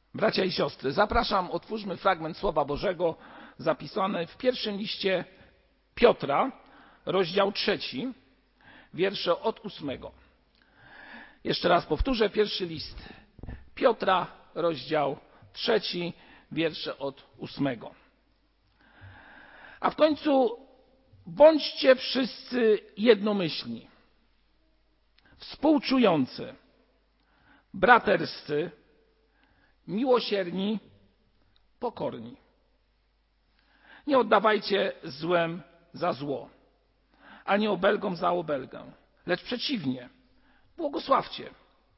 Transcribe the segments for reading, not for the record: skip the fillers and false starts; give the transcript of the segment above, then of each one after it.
Bracia i siostry, zapraszam, otwórzmy fragment Słowa Bożego zapisany w pierwszym liście Piotra, rozdział 3, wiersze od 8. Jeszcze raz powtórzę, pierwszy list Piotra, rozdział 3, wiersze od 8. A w końcu bądźcie wszyscy jednomyślni, współczujący, braterscy, miłosierni, pokorni. Nie oddawajcie złem za zło, ani obelgom za obelgę, lecz przeciwnie, błogosławcie,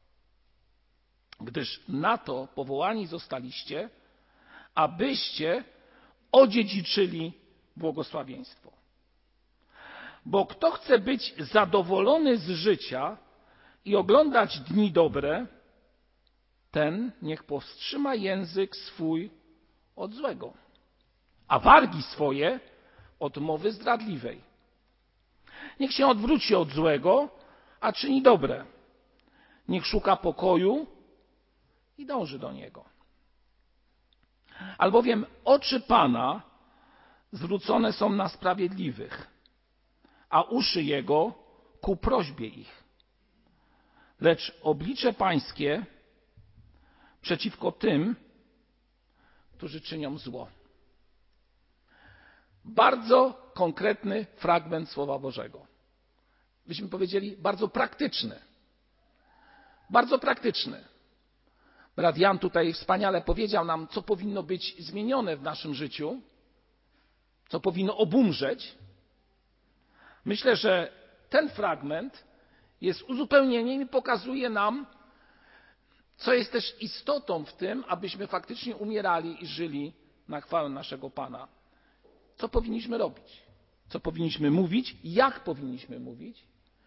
gdyż na to powołani zostaliście, abyście odziedziczyli błogosławieństwo. Bo kto chce być zadowolony z życia i oglądać dni dobre, ten niech powstrzyma język swój od złego, a wargi swoje od mowy zdradliwej. Niech się odwróci od złego, a czyni dobre. Niech szuka pokoju i dąży do niego. Albowiem oczy Pana zwrócone są na sprawiedliwych, a uszy Jego ku prośbie ich. Lecz oblicze Pańskie przeciwko tym, którzy czynią zło. Bardzo konkretny fragment Słowa Bożego. Byśmy powiedzieli, bardzo praktyczny. Bardzo praktyczny. Brat Jan tutaj wspaniale powiedział nam, co powinno być zmienione w naszym życiu, co powinno obumrzeć. Myślę, że ten fragment jest uzupełnieniem i pokazuje nam, co jest też istotą w tym, abyśmy faktycznie umierali i żyli na chwałę naszego Pana. Co powinniśmy robić? Co powinniśmy mówić? Jak powinniśmy mówić?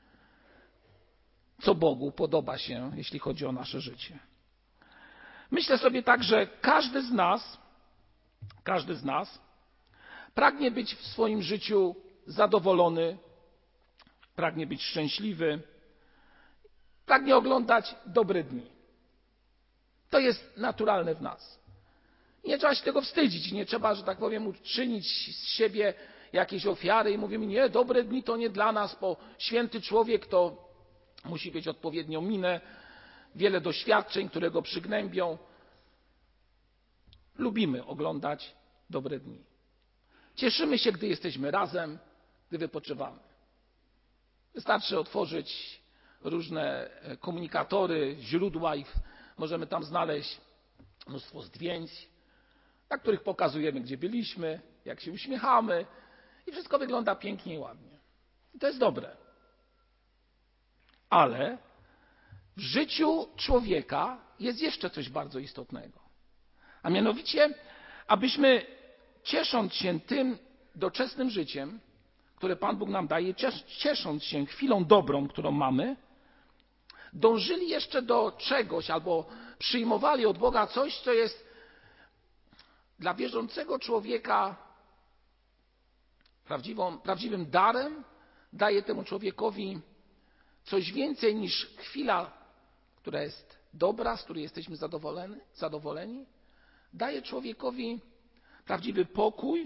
Co Bogu podoba się, jeśli chodzi o nasze życie? Myślę sobie tak, że każdy z nas pragnie być w swoim życiu zadowolony, pragnie być szczęśliwy, pragnie oglądać dobre dni. To jest naturalne w nas. Nie trzeba się tego wstydzić, nie trzeba, że tak powiem, uczynić z siebie jakieś ofiary i mówimy, nie, dobre dni to nie dla nas, bo święty człowiek to musi mieć odpowiednią minę, wiele doświadczeń, które go przygnębią. Lubimy oglądać dobre dni. Cieszymy się, gdy jesteśmy razem, gdy wypoczywamy. Wystarczy otworzyć różne komunikatory, źródła i możemy tam znaleźć mnóstwo zdjęć, na których pokazujemy, gdzie byliśmy, jak się uśmiechamy i wszystko wygląda pięknie i ładnie. I to jest dobre. Ale w życiu człowieka jest jeszcze coś bardzo istotnego. A mianowicie, abyśmy ciesząc się tym doczesnym życiem, które Pan Bóg nam daje, ciesząc się chwilą dobrą, którą mamy, dążyli jeszcze do czegoś albo przyjmowali od Boga coś, co jest dla wierzącego człowieka prawdziwym darem, daje temu człowiekowi coś więcej niż chwila, która jest dobra, z której jesteśmy zadowoleni. Daje człowiekowi prawdziwy pokój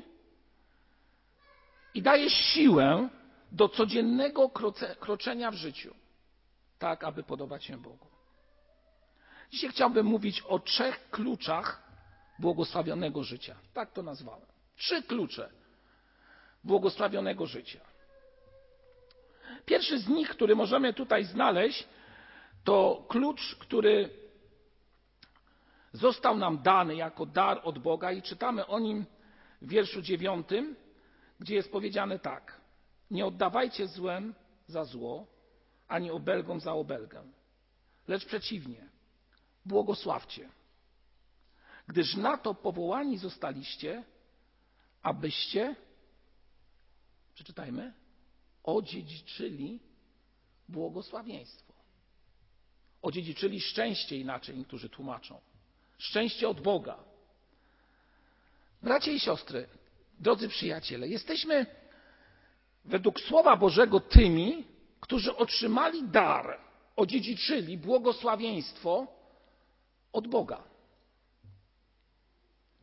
i daje siłę do codziennego kroczenia w życiu, tak aby podobać się Bogu. Dzisiaj chciałbym mówić o 3 kluczach błogosławionego życia. Tak to nazwałem. 3 klucze błogosławionego życia. Pierwszy z nich, który możemy tutaj znaleźć, to klucz, który został nam dany jako dar od Boga i czytamy o nim w wierszu 9, gdzie jest powiedziane tak. Nie oddawajcie złem za zło, ani obelgom za obelgę, lecz przeciwnie, błogosławcie, gdyż na to powołani zostaliście, abyście, przeczytajmy, odziedziczyli błogosławieństwo. Odziedziczyli szczęście, inaczej niektórzy tłumaczą. Szczęście od Boga. Bracia i siostry, drodzy przyjaciele, jesteśmy według Słowa Bożego tymi, którzy otrzymali dar, odziedziczyli błogosławieństwo od Boga.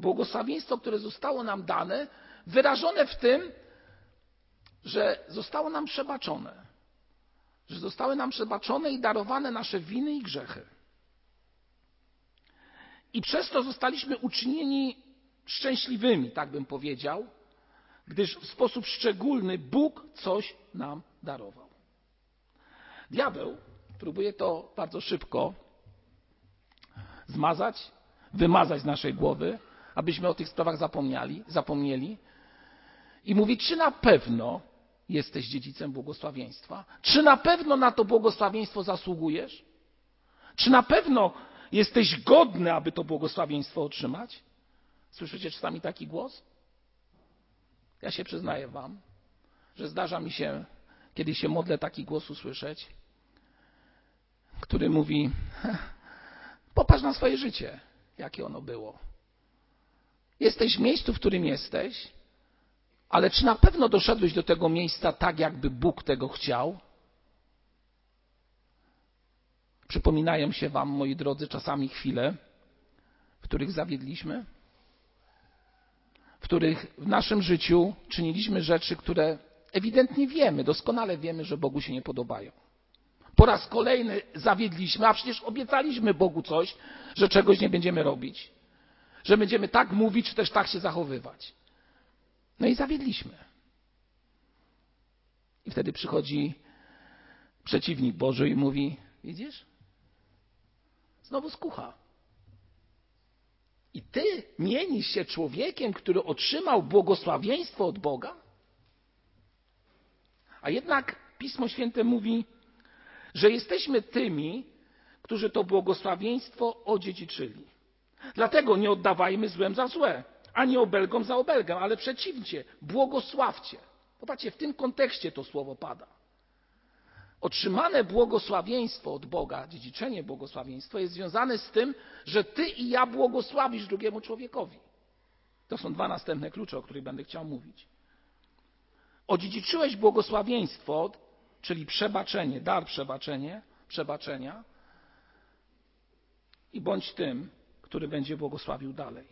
Błogosławieństwo, które zostało nam dane, wyrażone w tym, że zostało nam przebaczone. Że zostały nam przebaczone i darowane nasze winy i grzechy. I przez to zostaliśmy uczynieni szczęśliwymi, tak bym powiedział, gdyż w sposób szczególny Bóg coś nam darował. Diabeł próbuje to bardzo szybko wymazać z naszej głowy, abyśmy o tych sprawach zapomnieli i mówi, czy na pewno jesteś dziedzicem błogosławieństwa? Czy na pewno na to błogosławieństwo zasługujesz? Czy na pewno jesteś godny, aby to błogosławieństwo otrzymać? Słyszycie czasami taki głos? Ja się przyznaję wam, że zdarza mi się, kiedy się modlę, taki głos usłyszeć, który mówi, popatrz na swoje życie, jakie ono było. Jesteś w miejscu, w którym jesteś, ale czy na pewno doszedłeś do tego miejsca tak, jakby Bóg tego chciał? Przypominają się wam, moi drodzy, czasami chwile, w których zawiedliśmy, w których w naszym życiu czyniliśmy rzeczy, które ewidentnie wiemy, doskonale wiemy, że Bogu się nie podobają. Po raz kolejny zawiedliśmy, a przecież obiecaliśmy Bogu coś, że czegoś nie będziemy robić, że będziemy tak mówić, czy też tak się zachowywać. No i zawiedliśmy. I wtedy przychodzi przeciwnik Boży i mówi, widzisz? Znowu skucha. I ty mienisz się człowiekiem, który otrzymał błogosławieństwo od Boga? A jednak Pismo Święte mówi, że jesteśmy tymi, którzy to błogosławieństwo odziedziczyli. Dlatego nie oddawajmy złem za złe, ani obelgom za obelgę, ale przeciwnie, błogosławcie. Popatrzcie, w tym kontekście to słowo pada. Otrzymane błogosławieństwo od Boga, dziedziczenie błogosławieństwa jest związane z tym, że ty i ja błogosławisz drugiemu człowiekowi. To są dwa następne klucze, o których będę chciał mówić. Odziedziczyłeś błogosławieństwo, czyli przebaczenie, dar przebaczenia i bądź tym, który będzie błogosławił dalej.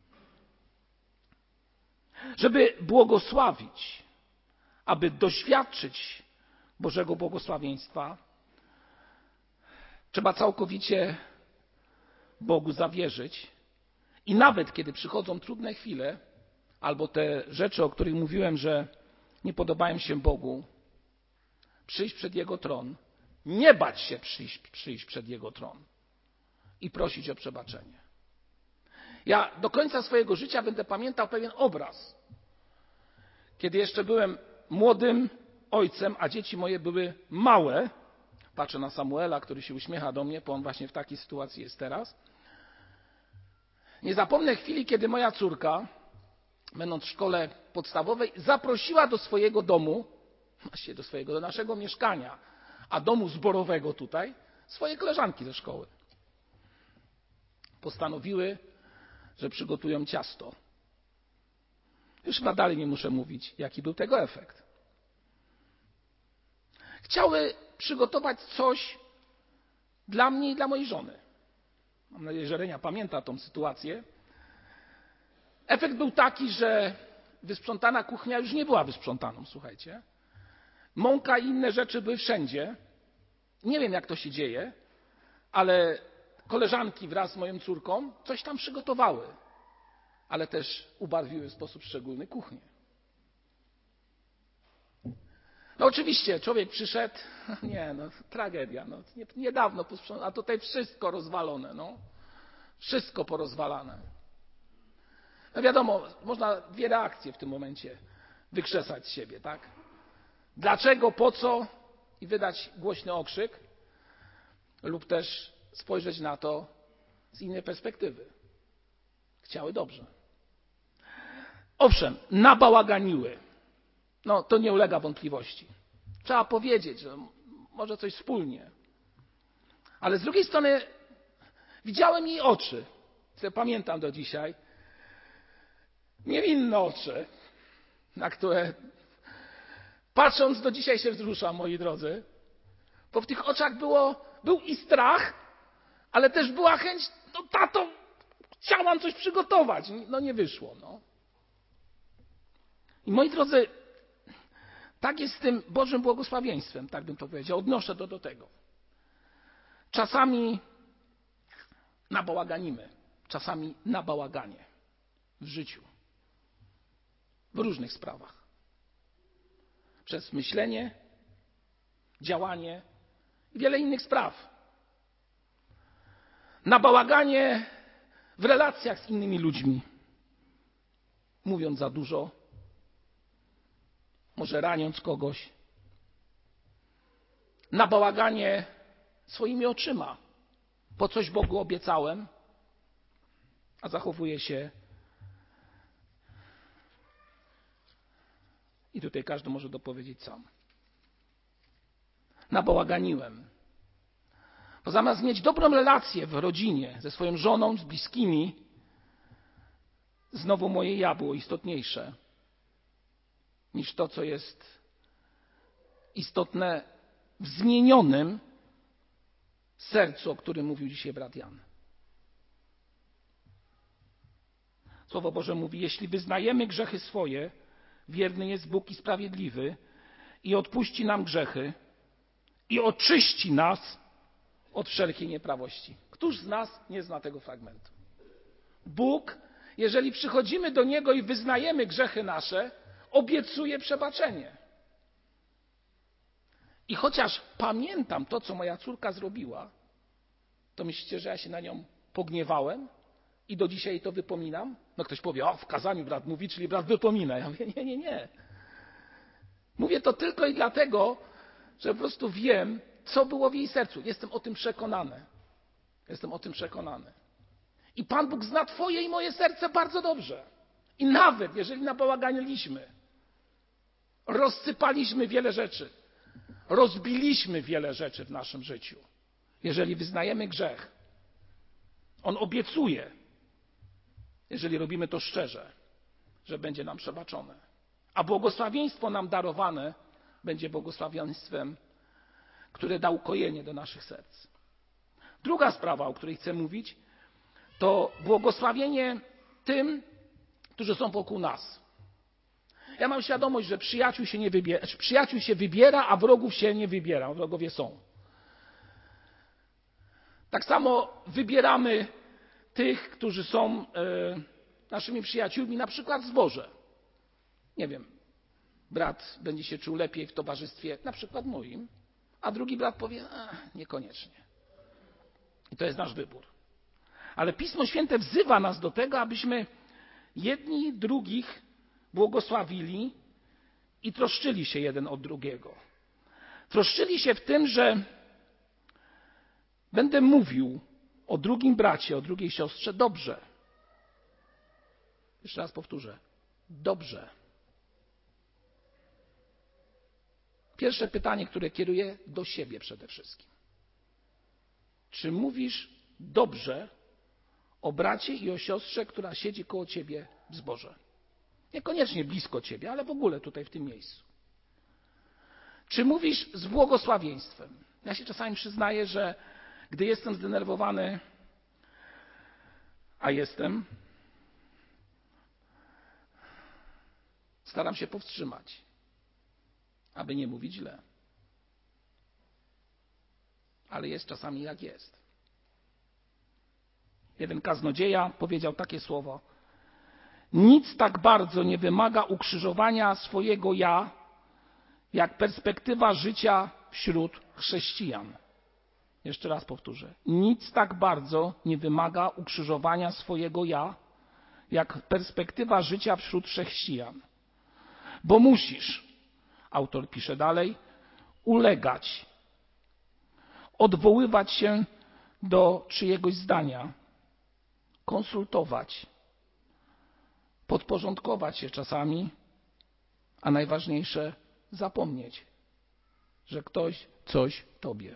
Żeby błogosławić, aby doświadczyć Bożego błogosławieństwa, trzeba całkowicie Bogu zawierzyć i nawet kiedy przychodzą trudne chwile, albo te rzeczy, o których mówiłem, że nie podobają się Bogu, przyjść przed Jego tron, nie bać się przyjść przed Jego tron i prosić o przebaczenie. Ja do końca swojego życia będę pamiętał pewien obraz. Kiedy jeszcze byłem młodym ojcem, a dzieci moje były małe, patrzę na Samuela, który się uśmiecha do mnie, bo on właśnie w takiej sytuacji jest teraz. Nie zapomnę chwili, kiedy moja córka, będąc w szkole podstawowej, zaprosiła do swojego domu, właściwie do naszego mieszkania, a domu zborowego tutaj, swoje koleżanki ze szkoły. Postanowiły, że przygotują ciasto. Już chyba dalej nie muszę mówić, jaki był tego efekt. Chciały przygotować coś dla mnie i dla mojej żony. Mam nadzieję, że Renia pamięta tą sytuację. Efekt był taki, że wysprzątana kuchnia już nie była wysprzątaną, słuchajcie. Mąka i inne rzeczy były wszędzie. Nie wiem, jak to się dzieje, ale koleżanki wraz z moją córką coś tam przygotowały, ale też ubarwiły w sposób szczególny kuchnię. No oczywiście, człowiek przyszedł, tragedia, niedawno posprzątane, a tutaj wszystko rozwalone, wszystko porozwalane. No wiadomo, można dwie reakcje w tym momencie wykrzesać z siebie, tak? Dlaczego, po co i wydać głośny okrzyk, lub też spojrzeć na to z innej perspektywy. Chciały dobrze. Owszem, nabałaganiły. To nie ulega wątpliwości. Trzeba powiedzieć, że może coś wspólnie. Ale z drugiej strony widziałem jej oczy, które pamiętam do dzisiaj. Niewinne oczy, na które patrząc do dzisiaj się wzruszam, moi drodzy. Bo w tych oczach był i strach, ale też była chęć, tato, chciałam coś przygotować. No nie wyszło. No. I moi drodzy, tak jest z tym Bożym błogosławieństwem, tak bym to powiedział. Odnoszę to do tego. Czasami nabałaganimy, czasami na bałaganie w życiu, w różnych sprawach. Przez myślenie, działanie i wiele innych spraw. Na bałaganie w relacjach z innymi ludźmi, mówiąc za dużo, może raniąc kogoś. Na bałaganie swoimi oczyma. Po coś Bogu obiecałem, a zachowuję się. I tutaj każdy może dopowiedzieć sam. Nabałaganiłem. Bo zamiast mieć dobrą relację w rodzinie, ze swoją żoną, z bliskimi, znowu moje ja było istotniejsze niż to, co jest istotne w zmienionym sercu, o którym mówił dzisiaj brat Jan. Słowo Boże mówi, jeśli wyznajemy grzechy swoje, wierny jest Bóg i sprawiedliwy i odpuści nam grzechy i oczyści nas od wszelkiej nieprawości. Któż z nas nie zna tego fragmentu? Bóg, jeżeli przychodzimy do Niego i wyznajemy grzechy nasze, obiecuje przebaczenie. I chociaż pamiętam to, co moja córka zrobiła, to myślicie, że ja się na nią pogniewałem i do dzisiaj jej to wypominam? No ktoś powie, o w kazaniu brat mówi, czyli brat wypomina. Ja mówię, nie. Mówię to tylko i dlatego, że po prostu wiem, co było w jej sercu. Jestem o tym przekonany. I Pan Bóg zna twoje i moje serce bardzo dobrze. I nawet jeżeli nabałaganiliśmy, rozsypaliśmy wiele rzeczy, rozbiliśmy wiele rzeczy w naszym życiu. Jeżeli wyznajemy grzech, On obiecuje, jeżeli robimy to szczerze, że będzie nam przebaczone. A błogosławieństwo nam darowane będzie błogosławieństwem, które da ukojenie do naszych serc. Druga sprawa, o której chcę mówić, to błogosławienie tym, którzy są wokół nas. Ja mam świadomość, że przyjaciół się wybiera, a wrogów się nie wybiera. Wrogowie są. Tak samo wybieramy tych, którzy są naszymi przyjaciółmi, na przykład w zborze. Nie wiem, brat będzie się czuł lepiej w towarzystwie, na przykład moim, a drugi brat powie, niekoniecznie. I to jest nasz wybór. Ale Pismo Święte wzywa nas do tego, abyśmy jedni drugich błogosławili i troszczyli się jeden od drugiego. Troszczyli się w tym, że będę mówił o drugim bracie, o drugiej siostrze dobrze. Jeszcze raz powtórzę. Dobrze. Pierwsze pytanie, które kieruję do siebie przede wszystkim. Czy mówisz dobrze o bracie i o siostrze, która siedzi koło ciebie w zborze? Niekoniecznie blisko ciebie, ale w ogóle tutaj w tym miejscu. Czy mówisz z błogosławieństwem? Ja się czasami przyznaję, że gdy jestem zdenerwowany, a jestem, staram się powstrzymać, aby nie mówić źle. Ale jest czasami jak jest. Jeden kaznodzieja powiedział takie słowo: nic tak bardzo nie wymaga ukrzyżowania swojego ja, jak perspektywa życia wśród chrześcijan. Jeszcze raz powtórzę. Nic tak bardzo nie wymaga ukrzyżowania swojego ja, jak perspektywa życia wśród chrześcijan. Bo musisz, autor pisze dalej, ulegać, odwoływać się do czyjegoś zdania, konsultować, podporządkować się czasami, a najważniejsze zapomnieć, że ktoś coś tobie.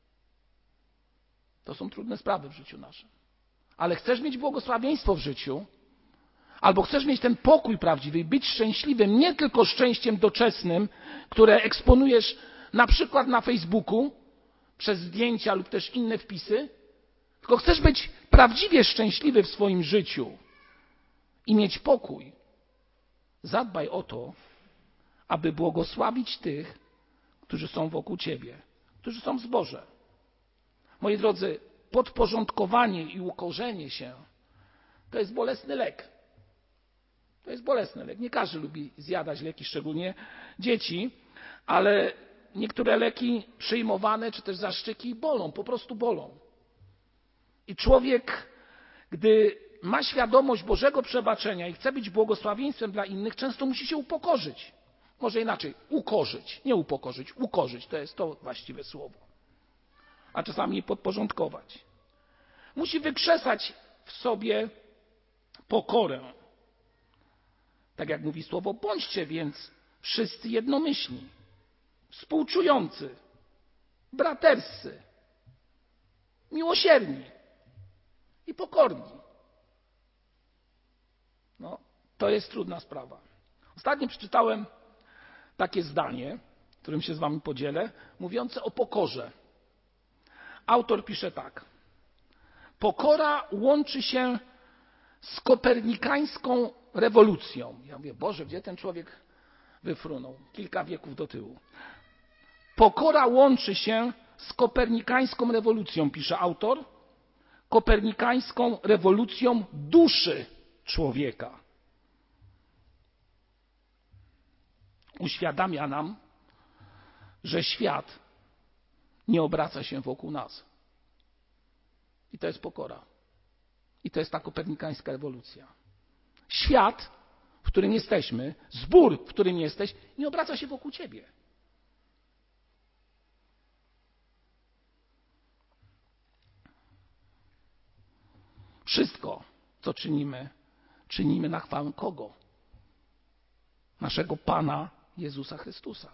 To są trudne sprawy w życiu naszym. Ale chcesz mieć błogosławieństwo w życiu, albo chcesz mieć ten pokój prawdziwy i być szczęśliwym, nie tylko szczęściem doczesnym, które eksponujesz na przykład na Facebooku przez zdjęcia lub też inne wpisy, tylko chcesz być prawdziwie szczęśliwy w swoim życiu i mieć pokój, zadbaj o to, aby błogosławić tych, którzy są wokół ciebie, którzy są w zborze. Moi drodzy, podporządkowanie i ukorzenie się to jest bolesny lek. To jest bolesny lek. Nie każdy lubi zjadać leki, szczególnie dzieci, ale niektóre leki przyjmowane czy też zastrzyki bolą, po prostu bolą. I człowiek, gdy ma świadomość Bożego przebaczenia i chce być błogosławieństwem dla innych, często musi się upokorzyć. Może inaczej, ukorzyć, nie upokorzyć, ukorzyć, to jest to właściwe słowo. A czasami podporządkować. Musi wykrzesać w sobie pokorę. Tak jak mówi słowo, bądźcie więc wszyscy jednomyślni, współczujący, braterscy, miłosierni i pokorni. No, to jest trudna sprawa. Ostatnio przeczytałem takie zdanie, którym się z wami podzielę, mówiące o pokorze. Autor pisze tak. Pokora łączy się z kopernikańską rewolucją. Ja mówię, Boże, gdzie ten człowiek wyfrunął? Kilka wieków do tyłu. Pokora łączy się z kopernikańską rewolucją, pisze autor. Kopernikańską rewolucją duszy człowieka. Uświadamia nam, że świat nie obraca się wokół nas. I to jest pokora. I to jest ta kopernikańska rewolucja. Świat, w którym jesteśmy, zbór, w którym jesteś, nie obraca się wokół ciebie. Wszystko, co czynimy, czynimy na chwałę kogo? Naszego Pana Jezusa Chrystusa.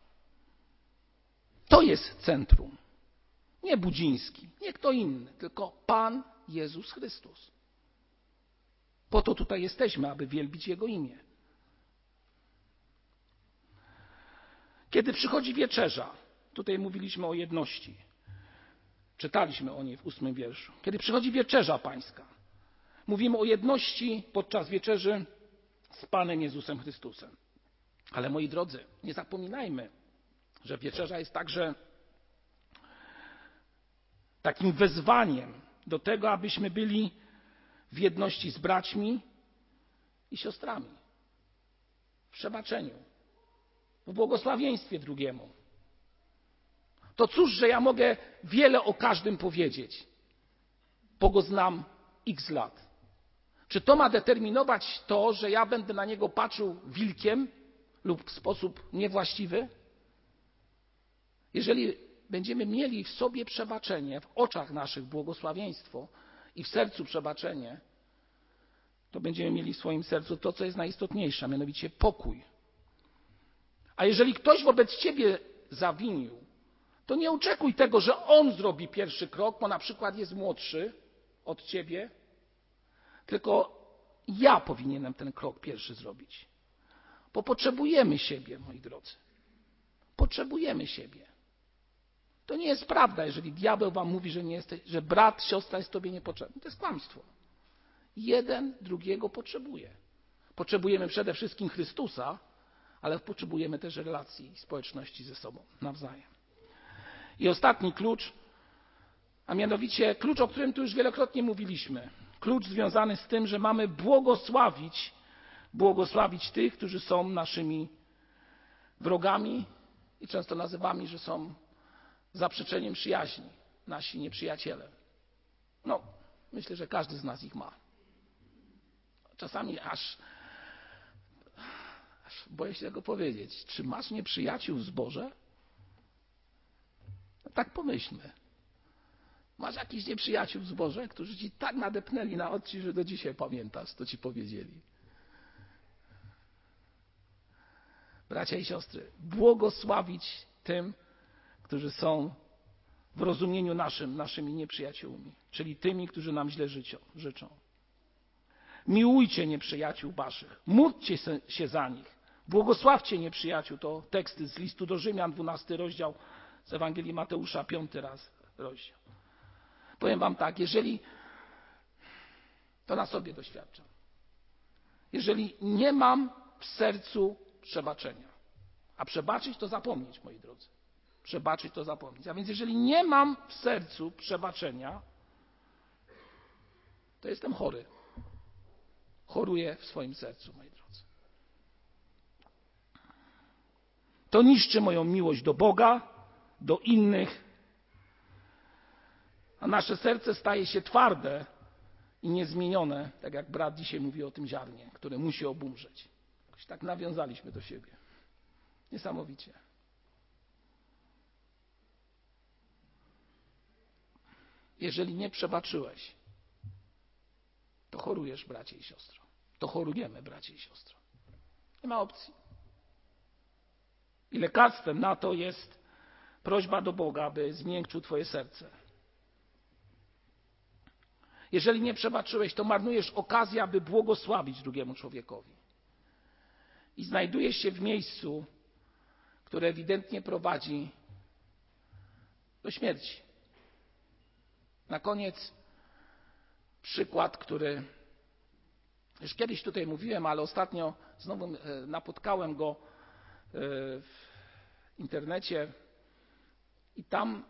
To jest centrum. Nie Budziński, nie kto inny, tylko Pan Jezus Chrystus. Po to tutaj jesteśmy, aby wielbić Jego imię. Kiedy przychodzi wieczerza, tutaj mówiliśmy o jedności, czytaliśmy o niej w 8 wierszu. Kiedy przychodzi wieczerza pańska, mówimy o jedności podczas wieczerzy z Panem Jezusem Chrystusem. Ale moi drodzy, nie zapominajmy, że wieczerza jest także takim wezwaniem do tego, abyśmy byli w jedności z braćmi i siostrami, w przebaczeniu, w błogosławieństwie drugiemu. To cóż, że ja mogę wiele o każdym powiedzieć, bo go znam x lat. Czy to ma determinować to, że ja będę na niego patrzył wilkiem lub w sposób niewłaściwy? Jeżeli będziemy mieli w sobie przebaczenie, w oczach naszych błogosławieństwo i w sercu przebaczenie, to będziemy mieli w swoim sercu to, co jest najistotniejsze, a mianowicie pokój. A jeżeli ktoś wobec ciebie zawinił, to nie oczekuj tego, że on zrobi pierwszy krok, bo na przykład jest młodszy od ciebie, tylko ja powinienem ten krok pierwszy zrobić. Bo potrzebujemy siebie, moi drodzy. Potrzebujemy siebie. To nie jest prawda, jeżeli diabeł wam mówi, że brat, siostra jest tobie niepotrzebny. To jest kłamstwo. Jeden drugiego potrzebuje. Potrzebujemy przede wszystkim Chrystusa, ale potrzebujemy też relacji i społeczności ze sobą nawzajem. I ostatni klucz, a mianowicie klucz, o którym tu już wielokrotnie mówiliśmy. Klucz związany z tym, że mamy błogosławić tych, którzy są naszymi wrogami i często nazywamy, że są zaprzeczeniem przyjaźni, nasi nieprzyjaciele. No, myślę, że każdy z nas ich ma. Czasami aż boję się tego powiedzieć. Czy masz nieprzyjaciół w zborze? No, tak pomyślmy. Masz jakichś nieprzyjaciół w zborze, którzy ci tak nadepnęli na oczy, że do dzisiaj pamiętasz, co ci powiedzieli. Bracia i siostry, błogosławić tym, którzy są w rozumieniu naszymi nieprzyjaciółmi, czyli tymi, którzy nam źle życzą. Miłujcie nieprzyjaciół waszych, módlcie się za nich, błogosławcie nieprzyjaciół. To teksty z listu do Rzymian, 12 rozdział, z Ewangelii Mateusza, 5 rozdział. Powiem wam tak, jeżeli, to na sobie doświadczam, jeżeli nie mam w sercu przebaczenia, a przebaczyć to zapomnieć, moi drodzy, przebaczyć to zapomnieć, a więc jeżeli nie mam w sercu przebaczenia, to jestem chory. Choruję w swoim sercu, moi drodzy. To niszczy moją miłość do Boga, do innych, a nasze serce staje się twarde i niezmienione, tak jak brat dzisiaj mówi o tym ziarnie, które musi obumrzeć. Jakoś tak nawiązaliśmy do siebie. Niesamowicie. Jeżeli nie przebaczyłeś, to chorujesz, bracie i siostro. To chorujemy, bracie i siostro. Nie ma opcji. I lekarstwem na to jest prośba do Boga, aby zmiękczył twoje serce. Jeżeli nie przebaczyłeś, to marnujesz okazję, aby błogosławić drugiemu człowiekowi. I znajdujesz się w miejscu, które ewidentnie prowadzi do śmierci. Na koniec przykład, który już kiedyś tutaj mówiłem, ale ostatnio znowu napotkałem go w internecie i tam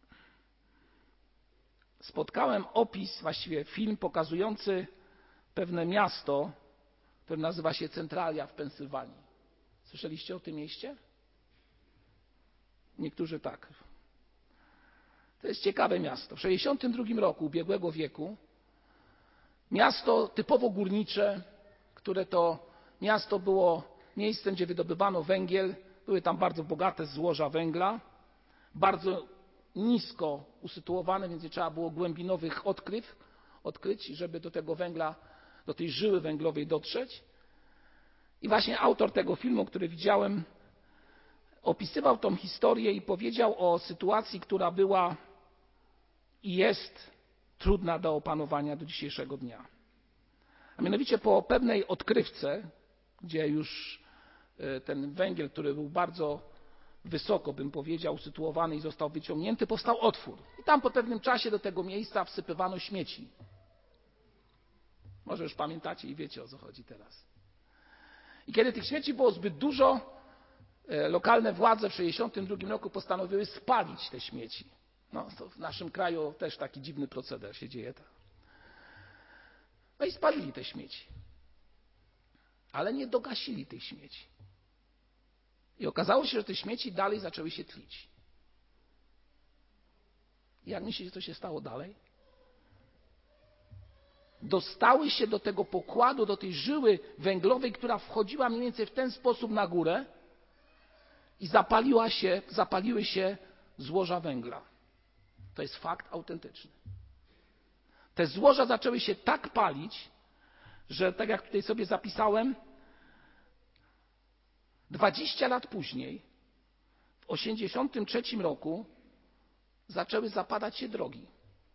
spotkałem opis, właściwie film pokazujący pewne miasto, które nazywa się Centralia w Pensylwanii. Słyszeliście o tym mieście? Niektórzy tak. To jest ciekawe miasto. W 1962 roku ubiegłego wieku miasto typowo górnicze, które to miasto było miejscem, gdzie wydobywano węgiel. Były tam bardzo bogate złoża węgla, bardzo nisko usytuowane, więc nie trzeba było głębinowych odkryć, żeby do tego węgla, do tej żyły węglowej dotrzeć. I właśnie autor tego filmu, który widziałem, opisywał tą historię i powiedział o sytuacji, która była i jest trudna do opanowania do dzisiejszego dnia. A mianowicie po pewnej odkrywce, gdzie już ten węgiel, który był bardzo wysoko, bym powiedział, usytuowany i został wyciągnięty, powstał otwór. I tam po pewnym czasie do tego miejsca wsypywano śmieci. Może już pamiętacie i wiecie, o co chodzi teraz. I kiedy tych śmieci było zbyt dużo, lokalne władze w 1962 roku postanowiły spalić te śmieci. No, to w naszym kraju też taki dziwny proceder się dzieje. No i spalili te śmieci. Ale nie dogasili tych śmieci. I okazało się, że te śmieci dalej zaczęły się tlić. I jak myślicie, co się stało dalej? Dostały się do tego pokładu, do tej żyły węglowej, która wchodziła mniej więcej w ten sposób na górę i zapaliły się złoża węgla. To jest fakt autentyczny. Te złoża zaczęły się tak palić, że tak jak tutaj sobie zapisałem, 20 lat później, w 1983 roku, zaczęły zapadać się drogi.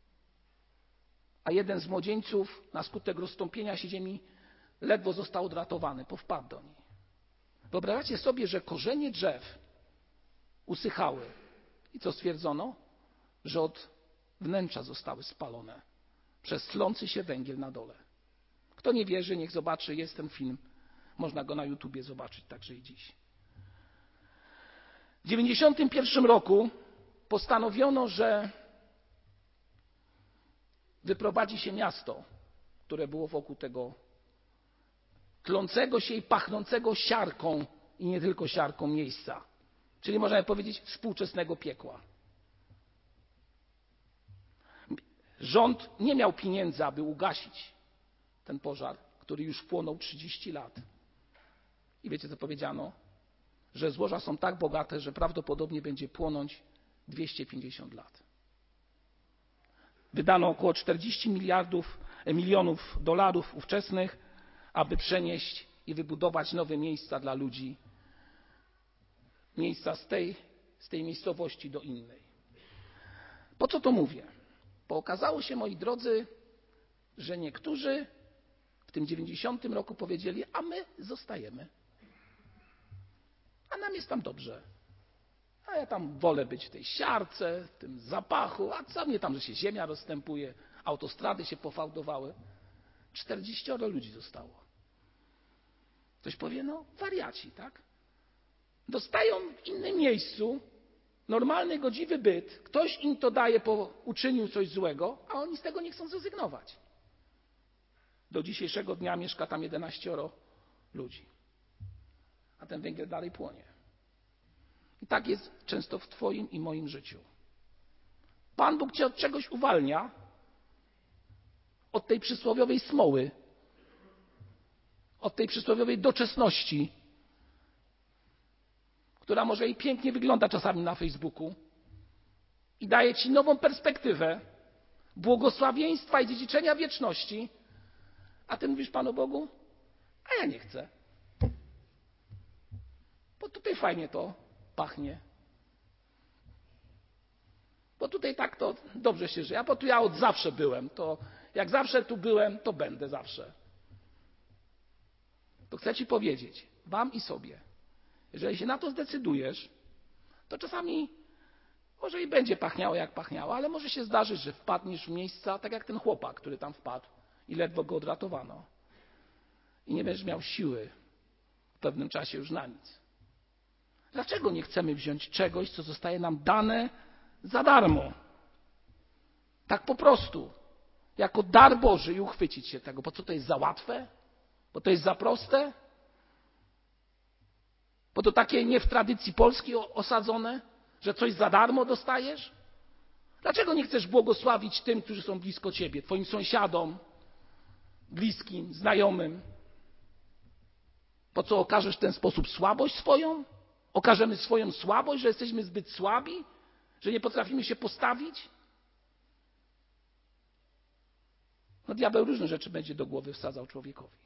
A jeden z młodzieńców na skutek roztąpienia się ziemi ledwo został odratowany, powpadł do niej. Wyobrażacie sobie, że korzenie drzew usychały. I co stwierdzono? Że od wnętrza zostały spalone przez tlący się węgiel na dole. Kto nie wierzy, niech zobaczy, jest ten film. Można go na YouTubie zobaczyć także i dziś. W 1991 roku postanowiono, że wyprowadzi się miasto, które było wokół tego tlącego się i pachnącego siarką i nie tylko siarką miejsca. Czyli można powiedzieć współczesnego piekła. Rząd nie miał pieniędzy, aby ugasić ten pożar, który już płonął 30 lat. I wiecie, co powiedziano? Że złoża są tak bogate, że prawdopodobnie będzie płonąć 250 lat. Wydano około 40 milionów dolarów ówczesnych, aby przenieść i wybudować nowe miejsca dla ludzi. Miejsca z tej miejscowości do innej. Po co to mówię? Bo okazało się, moi drodzy, że niektórzy w tym 90 roku powiedzieli, a my zostajemy. A nam jest tam dobrze. A ja tam wolę być w tej siarce, w tym zapachu, a co mnie tam, że się ziemia rozstępuje, autostrady się pofałdowały. 40 ludzi zostało. Ktoś powie, no wariaci, tak? Dostają w innym miejscu normalny, godziwy byt, ktoś im to daje, bo uczynił coś złego, a oni z tego nie chcą zrezygnować. Do dzisiejszego dnia mieszka tam 11 ludzi, a ten węgiel dalej płonie. I tak jest często w twoim i moim życiu. Pan Bóg cię od czegoś uwalnia, od tej przysłowiowej smoły, od tej przysłowiowej doczesności, która może i pięknie wygląda czasami na Facebooku i daje ci nową perspektywę błogosławieństwa i dziedziczenia wieczności, a ty mówisz Panu Bogu, a ja nie chcę. Bo tutaj fajnie to pachnie. Bo tutaj tak to dobrze się żyje. A bo tu ja od zawsze byłem. To jak zawsze tu byłem, to będę zawsze. To chcę ci powiedzieć, wam i sobie, jeżeli się na to zdecydujesz, to czasami może i będzie pachniało jak pachniało, ale może się zdarzyć, że wpadniesz w miejsca, tak jak ten chłopak, który tam wpadł i ledwo go odratowano. I nie będziesz miał siły w pewnym czasie już na nic. Dlaczego nie chcemy wziąć czegoś, co zostaje nam dane za darmo? Tak po prostu. Jako dar Boży i uchwycić się tego. Bo co to jest za łatwe? Bo to jest za proste? Bo to takie nie w tradycji polskiej osadzone, że coś za darmo dostajesz? Dlaczego nie chcesz błogosławić tym, którzy są blisko ciebie, twoim sąsiadom, bliskim, znajomym? Po co okażesz w ten sposób słabość swoją? Okażemy swoją słabość, że jesteśmy zbyt słabi? Że nie potrafimy się postawić? No diabeł różne rzeczy będzie do głowy wsadzał człowiekowi.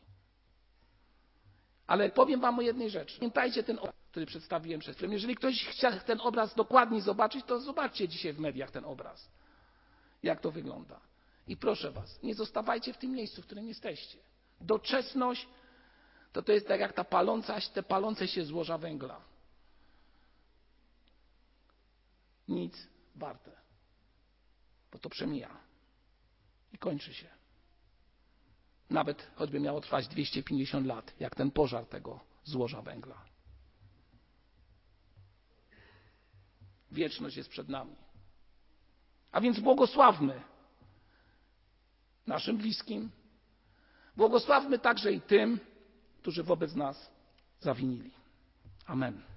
Ale powiem wam o jednej rzeczy. Pamiętajcie ten obraz, który przedstawiłem przed chwilą. Jeżeli ktoś chce ten obraz dokładnie zobaczyć, to zobaczcie dzisiaj w mediach ten obraz. Jak to wygląda. I proszę was, nie zostawajcie w tym miejscu, w którym jesteście. Doczesność to jest tak jak te palące się złoża węgla. Nic warte. Bo to przemija. I kończy się. Nawet choćby miało trwać 250 lat, jak ten pożar tego złoża węgla. Wieczność jest przed nami. A więc błogosławmy naszym bliskim. Błogosławmy także i tym, którzy wobec nas zawinili. Amen.